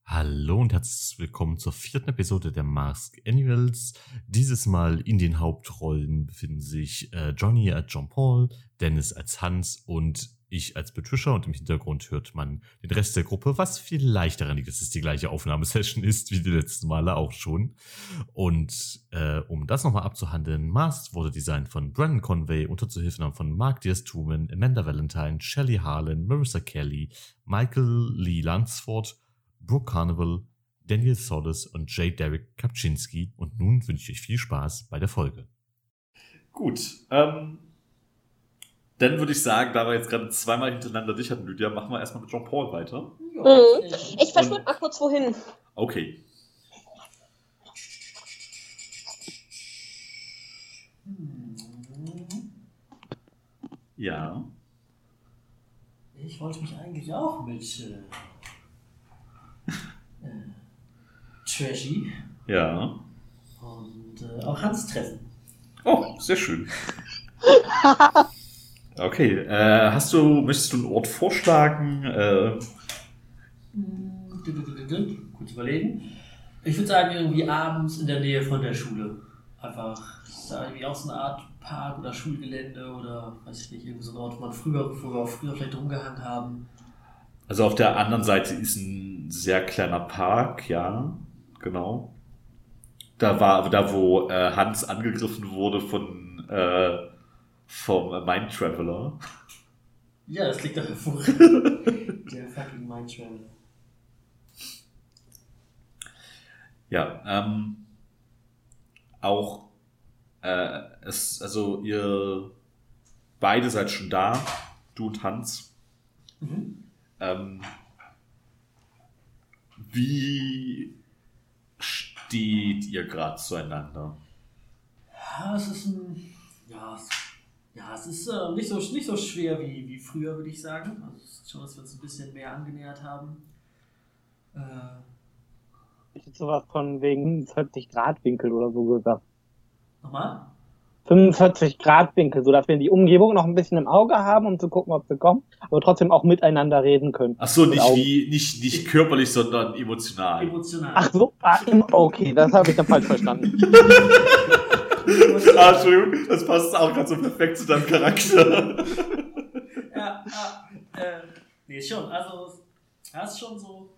Hallo und herzlich willkommen zur 4. Episode der Mask Annuals. Dieses Mal in den Hauptrollen befinden sich Johnny als John Paul, Dennis als Hans und ich als Patricia, und im Hintergrund hört man den Rest der Gruppe, was vielleicht daran liegt, dass es die gleiche Aufnahmesession ist wie die letzten Male auch schon. Und um das nochmal abzuhandeln, Mask wurde designt von Brandon Conway unter Zuhilfenahme von Mark Diaz-Truman, Amanda Valentine, Shelley Harlan, Marissa Kelly, Michael Lee Lansford, Brooke Carnival, Daniel Solis und J. Derek Kapczynski. Und nun wünsche ich euch viel Spaß bei der Folge. Gut, dann würde ich sagen, da wir jetzt gerade zweimal hintereinander dich hatten, Lydia, machen wir erstmal mit John Paul weiter. Ich verschwinde mal kurz wohin. Okay. Ja. Ich wollte mich eigentlich auch mit Trashy und auch Hans treffen. Oh, sehr schön. Okay, möchtest du einen Ort vorschlagen? Kurz überlegen. Ich würde sagen, irgendwie abends in der Nähe von der Schule. Einfach, ist da irgendwie auch so eine Art Park oder Schulgelände oder, weiß ich nicht, irgendwie so ein Ort, wo wir früher vielleicht rumgehangen haben. Also auf der anderen Seite ist ein sehr kleiner Park, ja, genau. Da wo Hans angegriffen wurde vom Mind Traveler. Ja, das liegt doch hervor. Der fucking Mind Traveler. Ja, auch ihr beide seid schon da, du und Hans. Mhm. Wie steht ihr gerade zueinander? Ja, es ist nicht so schwer wie früher, würde ich sagen. Also es ist schon, dass wir uns ein bisschen mehr angenähert haben. Ich hätte sowas von wegen 45-Grad-Winkel oder so gesagt. Nochmal? 45-Grad-Winkel, sodass wir die Umgebung noch ein bisschen im Auge haben, um zu gucken, ob sie kommen, aber trotzdem auch miteinander reden können. Ach so, nicht körperlich, sondern emotional. Emotional. Ach so, okay, das habe ich dann falsch verstanden. Entschuldigung, das passt auch ganz so perfekt zu deinem Charakter. Nee, schon, also, er ist schon so,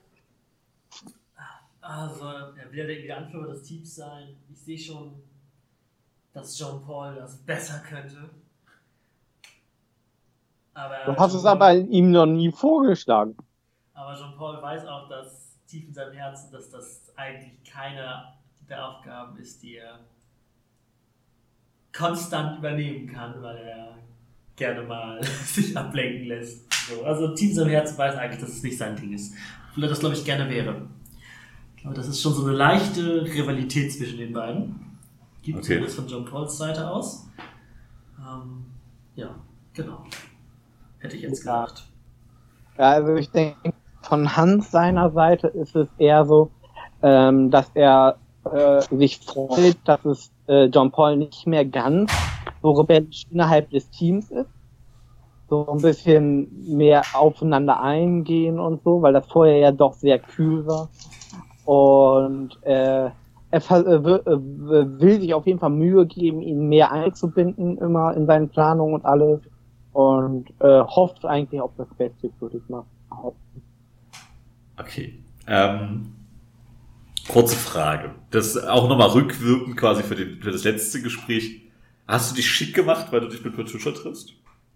also, er will ja der Anführer des Teams sein. Ich sehe schon, dass John Paul das besser könnte. Du hast es aber ihm noch nie vorgeschlagen. Aber John Paul weiß auch, dass tief in seinem Herzen, dass das eigentlich keine der Aufgaben ist, die er konstant übernehmen kann, weil er gerne mal sich ablenken lässt. So, also tief in seinem Herzen weiß eigentlich, dass es nicht sein Ding ist. Obwohl er das, glaube ich, gerne wäre. Ich glaube, das ist schon so eine leichte Rivalität zwischen den beiden. Gibt es das von John Pauls Seite aus? Ja, genau. Hätte ich jetzt gedacht. Ja, also ich denke, von Hans seiner Seite ist es eher so, dass er sich freut, dass es John Paul nicht mehr ganz so rebellisch innerhalb des Teams ist. So ein bisschen mehr aufeinander eingehen und so, weil das vorher ja doch sehr kühl war. Und er will sich auf jeden Fall Mühe geben, ihn mehr einzubinden, immer in seinen Planungen und alles. Und hofft eigentlich auf das Beste, würde ich mal behaupten. Okay. Kurze Frage. Das auch nochmal rückwirkend quasi für das letzte Gespräch. Hast du dich schick gemacht, weil du dich mit Patricia triffst?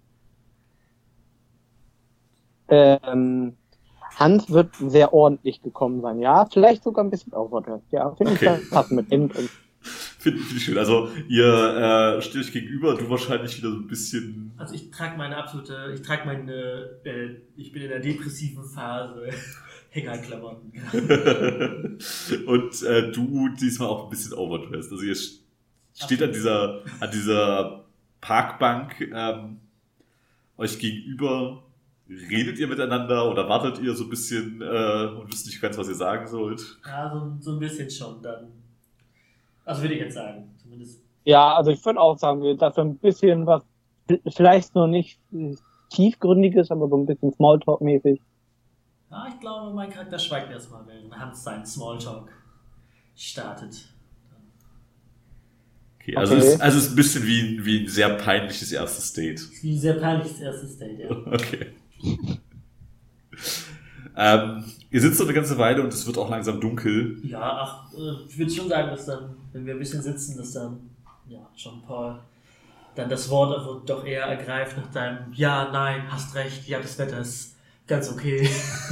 Hans wird sehr ordentlich gekommen sein, ja. Vielleicht sogar ein bisschen overdressed, ja. Finde ich das passend mit Hemd. Finde ich schön. Also, ihr steht euch gegenüber, du wahrscheinlich wieder so ein bisschen... Also ich bin in der depressiven Phase, Hängerklamotten. Und du diesmal auch ein bisschen overdressed. Also ihr steht an dieser Parkbank euch gegenüber. Redet ihr miteinander oder wartet ihr so ein bisschen und wisst nicht ganz, was ihr sagen sollt? Ja, so ein bisschen schon dann. Also würde ich jetzt sagen, zumindest. Ja, also ich würde auch sagen, dass wir ein bisschen was, vielleicht noch nicht Tiefgründiges, aber so ein bisschen Smalltalk-mäßig Ja, ich glaube, mein Charakter schweigt erstmal, während Hans seinen Smalltalk startet. Okay, also es ist ein bisschen wie ein sehr peinliches erstes Date. Wie ein sehr peinliches erstes Date, ja. Okay. Ihr sitzt so eine ganze Weile und es wird auch langsam dunkel. Ja, ich würde schon sagen, dass dann, wenn wir ein bisschen sitzen, dass dann, ja, Jean-Paul dann das Wort doch eher ergreift nach deinem Ja, nein, hast recht, ja, das Wetter ist ganz okay.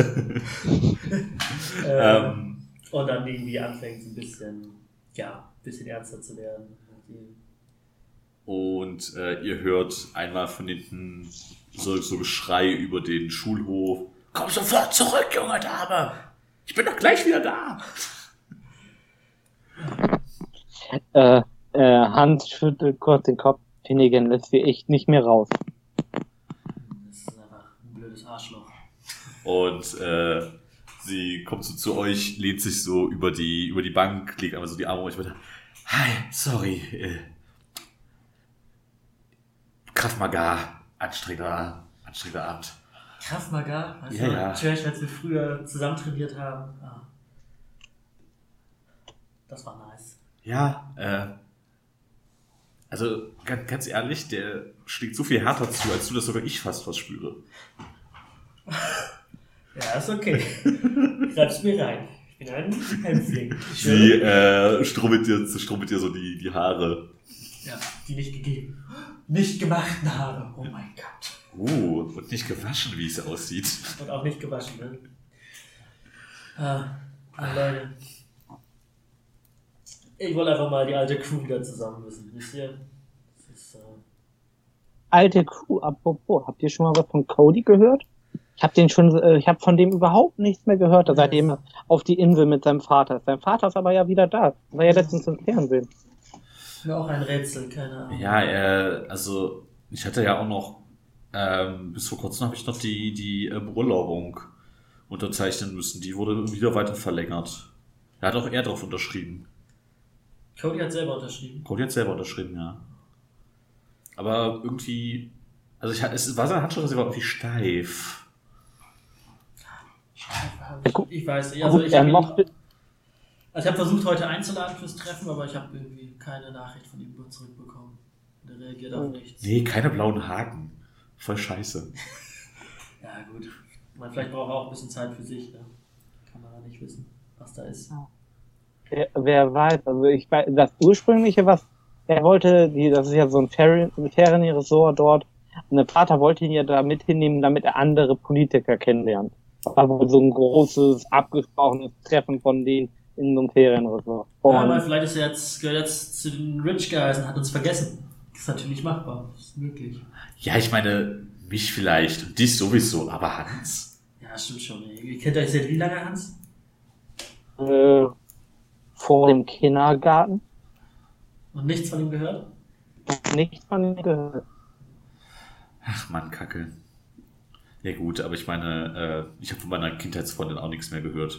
Und dann irgendwie anfängt ein bisschen ernster zu werden. Und ihr hört einmal von hinten so Geschrei über den Schulhof. Komm sofort zurück, junge Dame! Ich bin doch gleich wieder da! Hans schüttelt kurz den Kopf. Finnegan lässt sie echt nicht mehr raus. Das ist einfach ein blödes Arschloch. Und sie kommt so zu euch, lehnt sich so über die Bank, legt einmal so die Arme um euch weiter. Hi, sorry. Krav Maga, anstrengender Abend. Krav Maga? Also ja. Trash, als wir früher zusammen trainiert haben. Ah. Das war nice. Ja, also ganz ehrlich, der schlägt so viel härter zu, als du das sogar ich fast was spüre. Ja, ist okay. Schreib's mir rein. Ich bin ein Hänfling. Sie strubbelt dir so die Haare. Ja, die nicht gegeben. Nicht gemachten Haare. Oh mein Gott. Und nicht gewaschen, wie es aussieht. Und auch nicht gewaschen, ne? Leute. Ich wollte einfach mal die alte Crew wieder zusammen wissen. Wisst ihr? Das ist, Alte Crew, apropos, habt ihr schon mal was von Cody gehört? Ich habe von dem überhaupt nichts mehr gehört, seitdem er auf die Insel mit seinem Vater ist. Sein Vater ist aber ja wieder da. War ja letztens im Fernsehen. mir auch ein Rätsel, keine Ahnung. Ja, also ich hatte ja auch noch, bis vor kurzem habe ich noch die Beurlaubung unterzeichnen müssen. Die wurde wieder weiter verlängert. Da hat auch er drauf unterschrieben. Cody hat selber unterschrieben. Ja. Aber irgendwie, also es war seine Handschrift, sie war irgendwie steif. Ich weiß nicht, also ich habe versucht heute einzuladen fürs Treffen, aber ich habe irgendwie keine Nachricht von ihm zurückbekommen. Der reagiert auf nichts. Nee, keine blauen Haken. Voll scheiße. Ja gut, vielleicht braucht er auch ein bisschen Zeit für sich, ne? Kann man ja nicht wissen, was da ist. Wer weiß, also ich weiß, das ursprüngliche, was er wollte, das ist ja so ein Ferienresort dort, und der Vater wollte ihn ja da mit hinnehmen, damit er andere Politiker kennenlernt. Das war wohl so ein großes, abgesprochenes Treffen von denen in so einem Ferienresort. Ja, aber vielleicht gehört jetzt zu den Rich Guys und hat uns vergessen. Das ist natürlich machbar, das ist möglich. Ja, ich meine, mich vielleicht und dich sowieso, aber Hans? Ja, stimmt schon. Ihr kennt euch seit wie lange, Hans? Vor dem Kindergarten. Und nichts von ihm gehört? Nichts von ihm gehört. Ach Mann, Kacke. Ja gut, aber ich meine, ich habe von meiner Kindheitsfreundin auch nichts mehr gehört.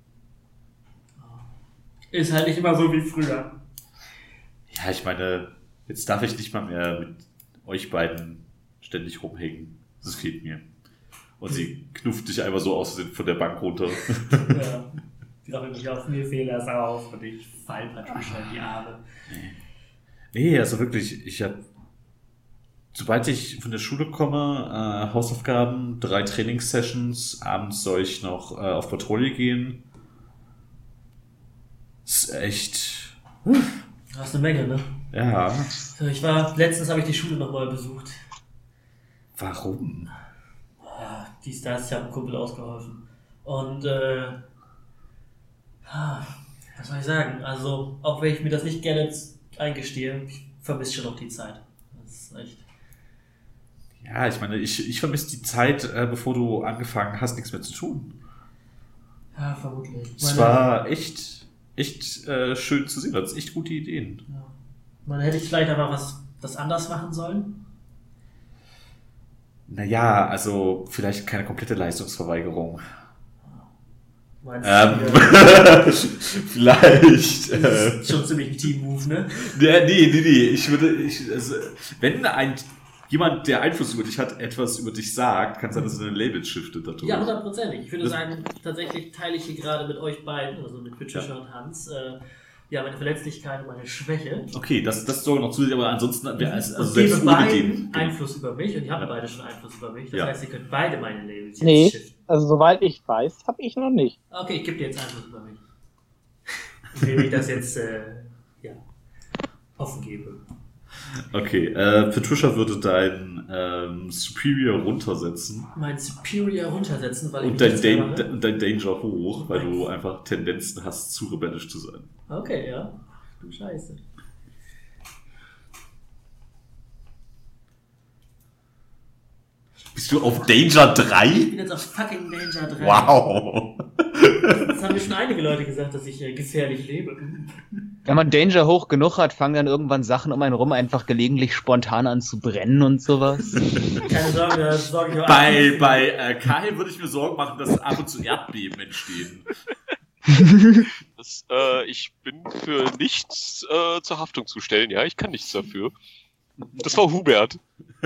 Ist halt nicht immer so wie früher. Ja, ich meine, jetzt darf ich nicht mal mehr mit euch beiden ständig rumhängen. Das fehlt mir. Und sie knufft dich einfach so aus von der Bank runter. Ja. Die sagt irgendwie auf mir fehlt das auf und ich fall natürlich in die Arme. Nee, also wirklich, sobald ich von der Schule komme, Hausaufgaben, 3 Trainingssessions, abends soll ich noch auf Patrouille gehen. Das ist echt... Du hast eine Menge, ne? Ja. So, letztens habe ich die Schule nochmal besucht. Warum? Ja, ich habe einem Kumpel ausgeholfen. Und, was soll ich sagen? Also, auch wenn ich mir das nicht gerne eingestehe, ich vermisse schon noch die Zeit. Das ist echt... Ja, ich meine, ich vermisse die Zeit, bevor du angefangen hast, nichts mehr zu tun. Ja, vermutlich. Es war echt schön zu sehen. Du hattest echt gute Ideen. Ja. Man hätte ich vielleicht aber das anders machen sollen. Naja, also vielleicht keine komplette Leistungsverweigerung. Meinst du, vielleicht. Das ist schon ziemlich ein Team-Move, ne? Nee. Also, wenn jemand, der Einfluss über dich hat, etwas über dich sagt, kann sein, dass er dein Label shiftet dadurch. Ja, 100%. Ich würde sagen, tatsächlich teile ich hier gerade mit euch beiden, also mit Patricia und Hans, meine Verletzlichkeit und meine Schwäche. Okay, das soll noch zusätzlich, aber ansonsten, also und selbst gebe ohne beiden den. Einfluss über mich und ihr habt beide schon Einfluss über mich. Das heißt, ihr könnt beide meine Labels Nee, jetzt shiften. also soweit ich weiß, habe ich noch nicht. Okay, ich gebe dir jetzt Einfluss über mich. Indem ich das jetzt offen gebe. Okay, Patricia würde dein Superior runtersetzen. Mein Superior runtersetzen, weil und dein Danger hoch, weil du einfach Tendenzen hast, zu rebellisch zu sein. Okay, ja. Du Scheiße. Bist du auf Danger 3? Ich bin jetzt auf fucking Danger 3. Wow. Das haben mir schon einige Leute gesagt, dass ich gefährlich lebe. Wenn man Danger hoch genug hat, fangen dann irgendwann Sachen um einen rum einfach gelegentlich spontan an zu brennen und sowas. Keine Sorge, das sorge ich auch. Bei Kai würde ich mir Sorgen machen, dass ab und zu Erdbeben entstehen. Ich bin für nichts zur Haftung zu stellen, ja, ich kann nichts dafür. Das war Hubert.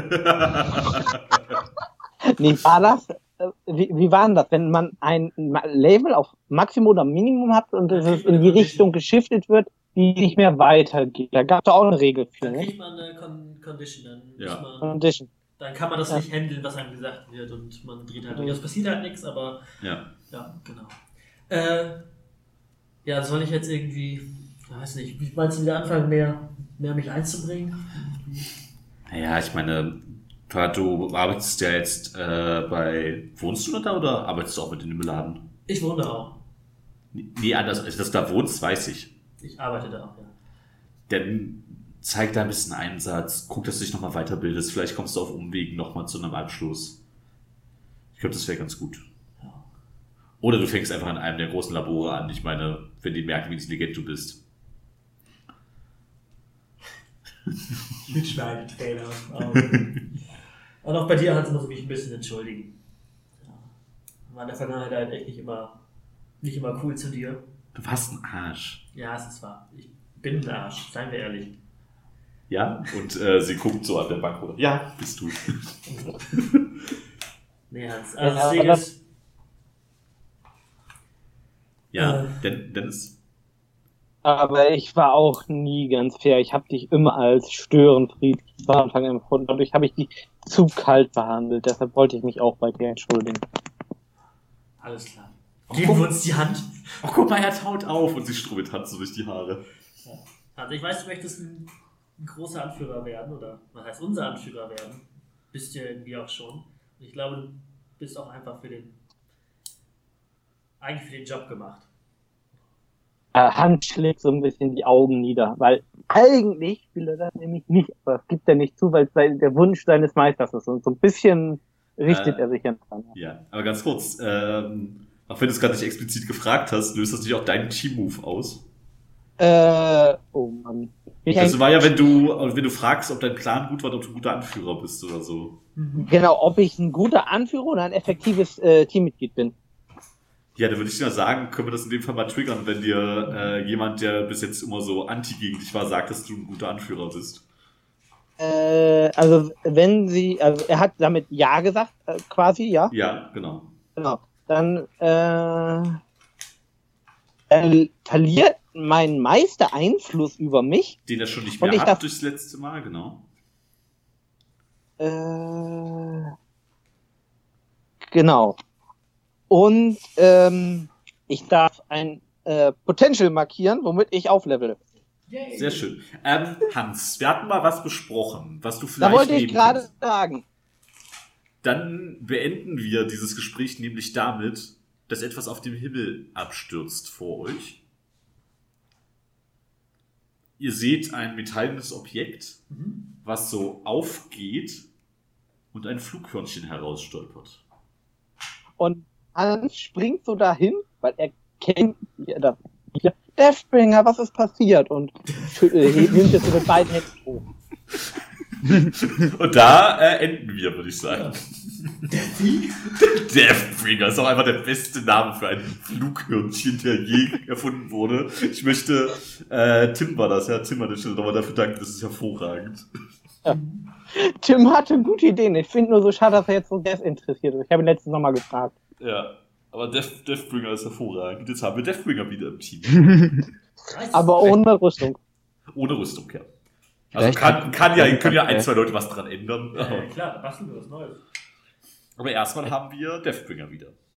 Nee, war das? Wie war denn das, wenn man ein Label auf Maximum oder Minimum hat und es in die Richtung geschiftet wird, die nicht mehr weitergeht? Da gab es auch eine Regel für, Dann ne? kriegt man eine Condition. Condition. Dann kann man das nicht handeln, was einem gesagt wird und man dreht halt durch. Es passiert halt nichts, aber ja, genau. Soll ich jetzt irgendwie, weiß nicht, wie meinst du wieder anfangen, mehr mich einzubringen? Naja, ich meine, du arbeitest ja jetzt wohnst du noch da oder arbeitest du auch mit in dem Laden? Ich wohne da auch. Nee, anders, dass du da wohnst, weiß ich. Ich arbeite da auch, ja. Dann zeig da ein bisschen Einsatz, guck, dass du dich nochmal weiterbildest, vielleicht kommst du auf Umwegen nochmal zu einem Abschluss. Ich glaube, das wäre ganz gut. Ja. Oder du fängst einfach in einem der großen Labore an, ich meine, wenn die merken, wie intelligent du bist. Mit Schweigetränen aus dem Auge. Und auch bei dir, Hans, muss ich mich ein bisschen entschuldigen. Ja. War in der Vergangenheit halt echt nicht immer cool zu dir. Du warst ein Arsch. Ja, es ist wahr. Ich bin ein Arsch, seien wir ehrlich. Ja, und sie guckt so an der Bank runter. Ja, bist du. Nee, Hans, also das Ding ist... Ja, Dennis? Aber ich war auch nie ganz fair. Ich habe dich immer als Störenfried von Anfang an empfunden. Dadurch habe ich dich zu kalt behandelt. Deshalb wollte ich mich auch bei dir entschuldigen. Alles klar. Geben wir uns die Hand. Oh, guck mal, er taut auf und sie strubbelt Hand so durch die Haare. Ja. Also ich weiß, du möchtest ein großer Anführer werden, oder was heißt unser Anführer werden. Bist du ja irgendwie auch schon. Und ich glaube, du bist auch einfach für den Job gemacht. Hans schlägt so ein bisschen die Augen nieder, weil eigentlich will er das nämlich nicht, aber das gibt er nicht zu, weil es der Wunsch seines Meisters ist und so ein bisschen richtet er sich jetzt dran. Ja, aber ganz kurz, auch wenn du es gerade nicht explizit gefragt hast, löst das nicht auch deinen Team-Move aus? Oh Mann. Das war ja, wenn du fragst, ob dein Plan gut war, ob du ein guter Anführer bist oder so. Genau, ob ich ein guter Anführer oder ein effektives Teammitglied bin. Ja, dann würde ich dir sagen, können wir das in dem Fall mal triggern, wenn dir jemand, der bis jetzt immer so anti gegen dich war, sagt, dass du ein guter Anführer bist. Also er hat damit Ja gesagt, quasi, ja? Ja, genau. Genau. Dann verliert mein Meister Einfluss über mich. Den er schon nicht mehr hat durchs letzte Mal, genau. Genau. Und ich darf ein Potential markieren, womit ich auflevele. Yay. Sehr schön. Hans, wir hatten mal was besprochen, was du vielleicht Da wollte ich nehmen gerade kannst. sagen. Dann beenden wir dieses Gespräch nämlich damit, dass etwas auf dem Himmel abstürzt vor euch. Ihr seht ein metallenes Objekt, was so aufgeht und ein Flughörnchen herausstolpert. Und Hans springt so dahin, weil er kennt Deathbringer, was ist passiert? Und nimmt es so mit beiden Händen hoch. Und da enden wir, würde ich sagen. Deathbringer ist auch einfach der beste Name für ein Flughörnchen, der je erfunden wurde. Ich möchte, Tim war das, ja, Tim an der Stelle nochmal dafür danken, das ist hervorragend. Tim hatte gute Ideen. Ich finde nur so schade, dass er jetzt so desinteressiert ist. Ich habe ihn letztens nochmal gefragt. Ja, aber Deathbringer ist hervorragend. Jetzt haben wir Deathbringer wieder im Team. Aber ohne Rüstung. Ohne Rüstung, ja. Also können ja ein, zwei Leute was dran ändern. Ja, klar, da basteln wir was Neues. Aber erstmal haben wir Deathbringer wieder.